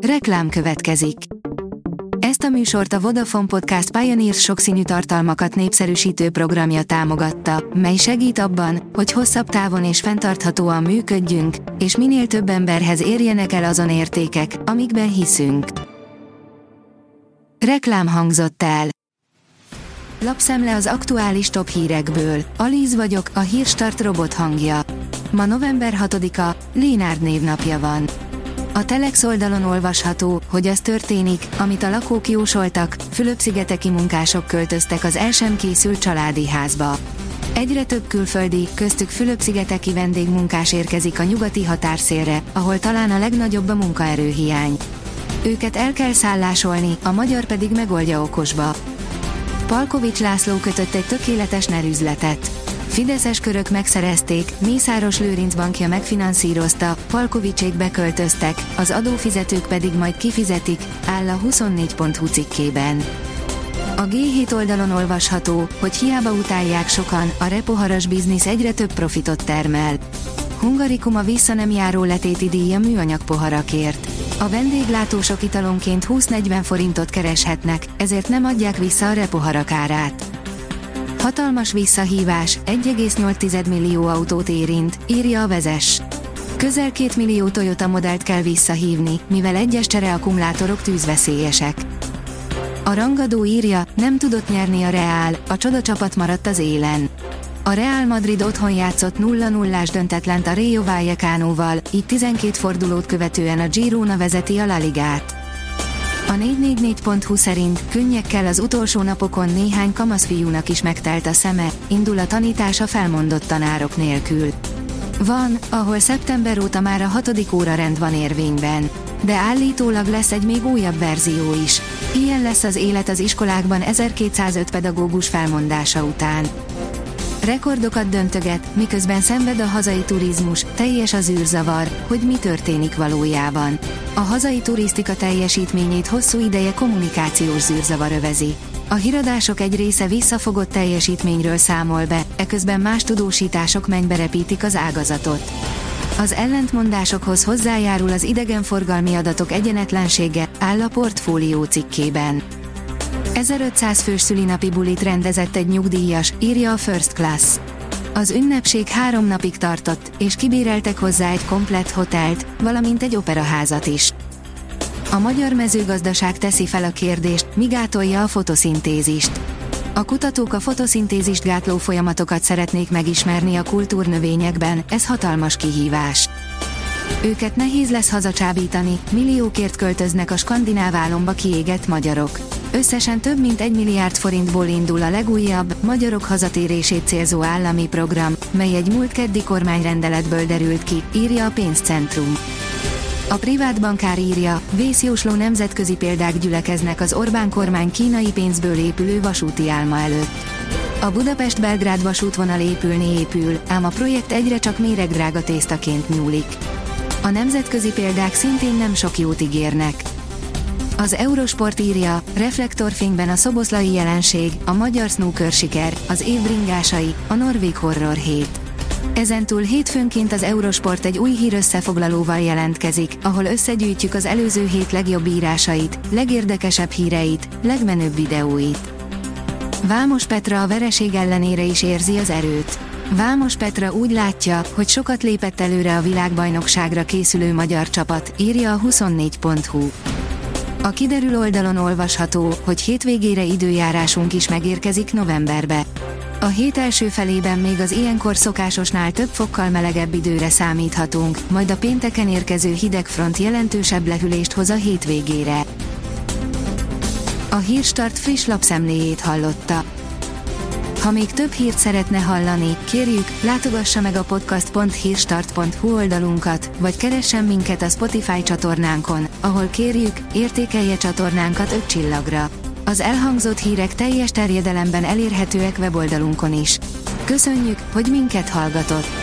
Reklám következik. Ezt a műsort a Vodafone Podcast Pioneers sokszínű tartalmakat népszerűsítő programja támogatta, mely segít abban, hogy hosszabb távon és fenntarthatóan működjünk, és minél több emberhez érjenek el azon értékek, amikben hiszünk. Reklám hangzott el. Lapszemle az aktuális top hírekből. Alíz vagyok, a Hírstart robot hangja. Ma november 6-a, Lénárd névnapja van. A Telex oldalon olvasható, hogy az történik, amit a lakók jósoltak, Fülöp-szigeteki munkások költöztek az el sem készült családi házba. Egyre több külföldi, köztük Fülöp-szigeteki vendégmunkás érkezik a nyugati határszélre, ahol talán a legnagyobb a munkaerőhiány. Őket el kell szállásolni, a magyar pedig megoldja okosba. Palkovics László kötött egy tökéletes NER-üzletet. Fideszes körök megszerezték, Mészáros Lőrinc bankja megfinanszírozta, Palkovicsék beköltöztek, az adófizetők pedig majd kifizetik, áll a 24.hu cikkében. A G7 oldalon olvasható, hogy hiába utálják sokan, a repoharas biznisz egyre több profitot termel. Hungarikum a vissza nem járó letéti díja műanyag poharakért. A vendéglátósok italonként 20-40 forintot kereshetnek, ezért nem adják vissza a repoharak árát. Hatalmas visszahívás, 1,8 millió autót érint, írja a Vezess. Közel 2 millió Toyota modellt kell visszahívni, mivel egyes csereakkumulátorok tűzveszélyesek. A rangadó írja, nem tudott nyerni a Real, a csodacsapat maradt az élen. A Real Madrid otthon játszott 0-0-ás döntetlent a Rayo Vallecanoval, így 12 fordulót követően a Girona vezeti a La Ligát. A 444.hu szerint könnyekkel az utolsó napokon néhány kamaszfiúnak is megtelt a szeme, indul a tanítás a felmondott tanárok nélkül. Van, ahol szeptember óta már a 6. órarend van érvényben. De állítólag lesz egy még újabb verzió is. Ilyen lesz az élet az iskolákban 1205 pedagógus felmondása után. Rekordokat döntöget, miközben szenved a hazai turizmus, teljes az űrzavar, hogy mi történik valójában. A hazai turisztika teljesítményét hosszú ideje kommunikációs zűrzavar övezi. A híradások egy része visszafogott teljesítményről számol be, eközben más tudósítások mennybe repítik az ágazatot. Az ellentmondásokhoz hozzájárul az idegenforgalmi adatok egyenetlensége, áll a Portfólió cikkében. 1500 fős szülinapi bulit rendezett egy nyugdíjas, írja a First Class. Az ünnepség 3 napig tartott, és kibéreltek hozzá egy komplett hotelt, valamint egy operaházat is. A magyar mezőgazdaság teszi fel a kérdést, mi gátolja a fotoszintézist. A kutatók a fotoszintézist gátló folyamatokat szeretnék megismerni a kultúrnövényekben, ez hatalmas kihívás. Őket nehéz lesz hazacsábítani, milliókért költöznek a skandináv álomba kiégett magyarok. Összesen több mint 1 milliárd forintból indul a legújabb, magyarok hazatérését célzó állami program, mely egy múlt keddi kormányrendeletből derült ki, írja a Pénzcentrum. A privát bankár írja, vészjósló nemzetközi példák gyülekeznek az Orbán kormány kínai pénzből épülő vasúti álma előtt. A Budapest-Belgrád vasútvonal épül, ám a projekt egyre csak méregdrága tésztaként nyúlik. A nemzetközi példák szintén nem sok jót ígérnek. Az Eurosport írja, reflektorfényben a szoboszlai jelenség, a magyar snooker siker, az év bringásai, a norvég horror hét. Ezentúl hétfőnként az Eurosport egy új hírösszefoglalóval jelentkezik, ahol összegyűjtjük az előző hét legjobb írásait, legérdekesebb híreit, legmenőbb videóit. Vámos Petra a vereség ellenére is érzi az erőt. Vámos Petra úgy látja, hogy sokat lépett előre a világbajnokságra készülő magyar csapat, írja a 24.hu. A kiderül oldalon olvasható, hogy hétvégére időjárásunk is megérkezik novemberbe. A hét első felében még az ilyenkor szokásosnál több fokkal melegebb időre számíthatunk, majd a pénteken érkező hidegfront jelentősebb lehűlést hoz a hétvégére. A Hírstart friss lapszemléjét hallotta. Ha még több hírt szeretne hallani, kérjük, látogassa meg a podcast.hírstart.hu oldalunkat, vagy keressen minket a Spotify csatornánkon, ahol kérjük, értékelje csatornánkat 5 csillagra. Az elhangzott hírek teljes terjedelemben elérhetőek weboldalunkon is. Köszönjük, hogy minket hallgatott!